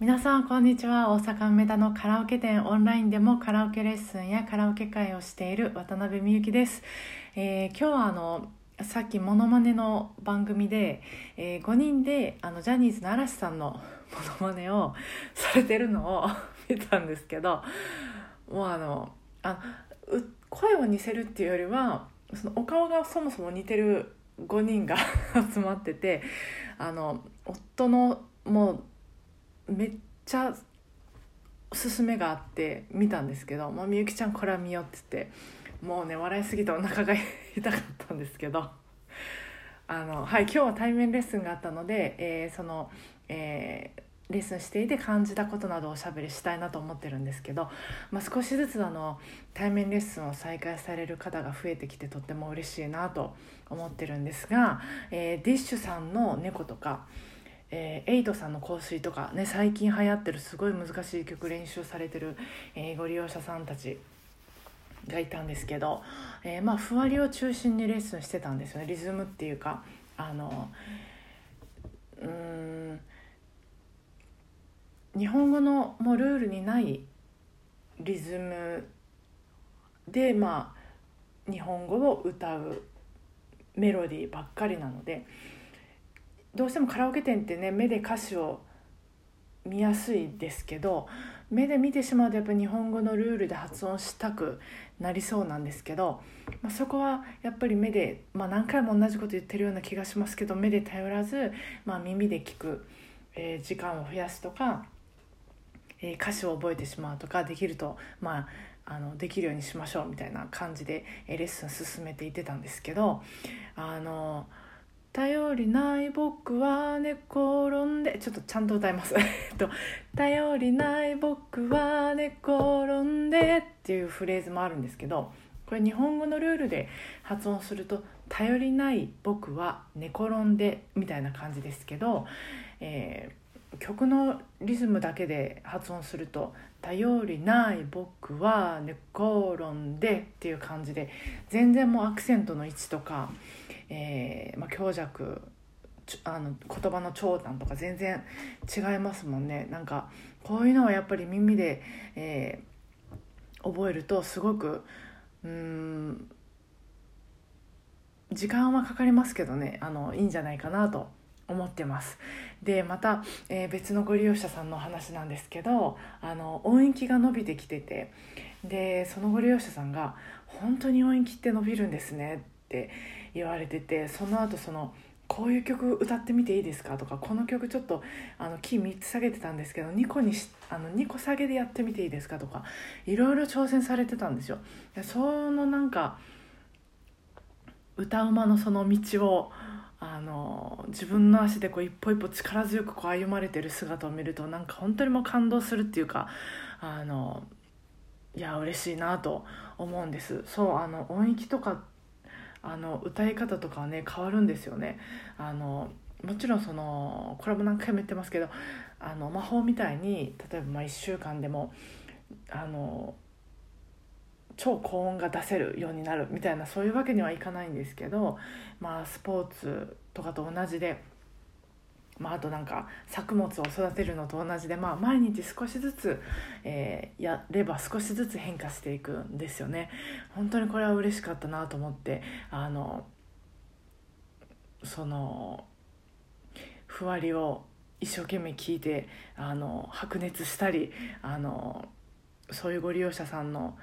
皆さんこんにちは。大阪梅田のカラオケ店オンラインでもカラオケレッスンやカラオケ会をしている渡辺美幸です。今日はさっきモノマネの番組で、5人でジャニーズの嵐さんのモノマネをされてるのを見たんですけど、もう声を似せるっていうよりはそのお顔がそもそも似てる5人が集まってて、夫のもうめっちゃおすすめがあって見たんですけど、みゆきちゃんこれは見ようって言って、もうね笑いすぎてお腹が痛かったんですけど今日は対面レッスンがあったので、レッスンしていて感じたことなどをおしゃべりしたいなと思ってるんですけど、少しずつ対面レッスンを再開される方が増えてきてとっても嬉しいなと思ってるんですが、ディッシュさんの猫とかエイトさんの香水とかね、最近流行ってるすごい難しい曲練習されてる、ご利用者さんたちがいたんですけど、ふわりを中心にレッスンしてたんですよね。リズムっていうか日本語のもうルールにないリズムで日本語を歌うメロディーばっかりなので、どうしてもカラオケ店ってね、目で歌詞を見やすいですけど、目で見てしまうとやっぱり日本語のルールで発音したくなりそうなんですけど、そこはやっぱり目で、何回も同じこと言ってるような気がしますけど、目で頼らず、耳で聞く、時間を増やすとか、歌詞を覚えてしまうとかできると、できるようにしましょうみたいな感じで、レッスン進めていってたんですけど、頼りない僕は寝転んで、ちょっとちゃんと歌います頼りない僕は寝転んでっていうフレーズもあるんですけど、これ日本語のルールで発音すると頼りない僕は寝転んでみたいな感じですけど、曲のリズムだけで発音すると頼りない僕は寝転んでっていう感じで、全然もうアクセントの位置とか、強弱言葉の長短とか全然違いますもんね。なんかこういうのはやっぱり耳で、覚えるとすごく時間はかかりますけどね、いいんじゃないかなと思ってます。でまた、別のご利用者さんの話なんですけど、音域が伸びてきてて、でそのご利用者さんが本当に音域って伸びるんですねって言われてて、その後こういう曲歌ってみていいですかとか、この曲ちょっとキー3つ下げてたんですけど2個下げでやってみていいですかとか、いろいろ挑戦されてたんですよ。でその歌うまのその道を自分の足で一歩一歩力強く歩まれてる姿を見ると、本当にもう感動するっていうか、いや嬉しいなと思うんです。音域とか歌い方とかはね変わるんですよね。もちろんこれも何回も言ってますけど、魔法みたいに例えば1週間でも超高音が出せるようになるみたいな、そういうわけにはいかないんですけど、スポーツとかと同じで、あと作物を育てるのと同じで、毎日少しずつ、やれば少しずつ変化していくんですよね。本当にこれは嬉しかったなと思って、ふわりを一生懸命聞いて白熱したり、そういうご利用者さんの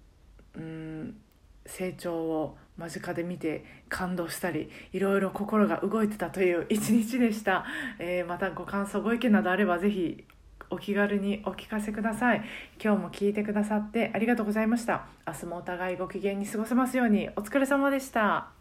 成長を間近で見て感動したり、いろいろ心が動いてたという一日でした。またご感想ご意見などあればぜひお気軽にお聞かせください。今日も聞いてくださってありがとうございました。明日もお互いご機嫌に過ごせますように。お疲れ様でした。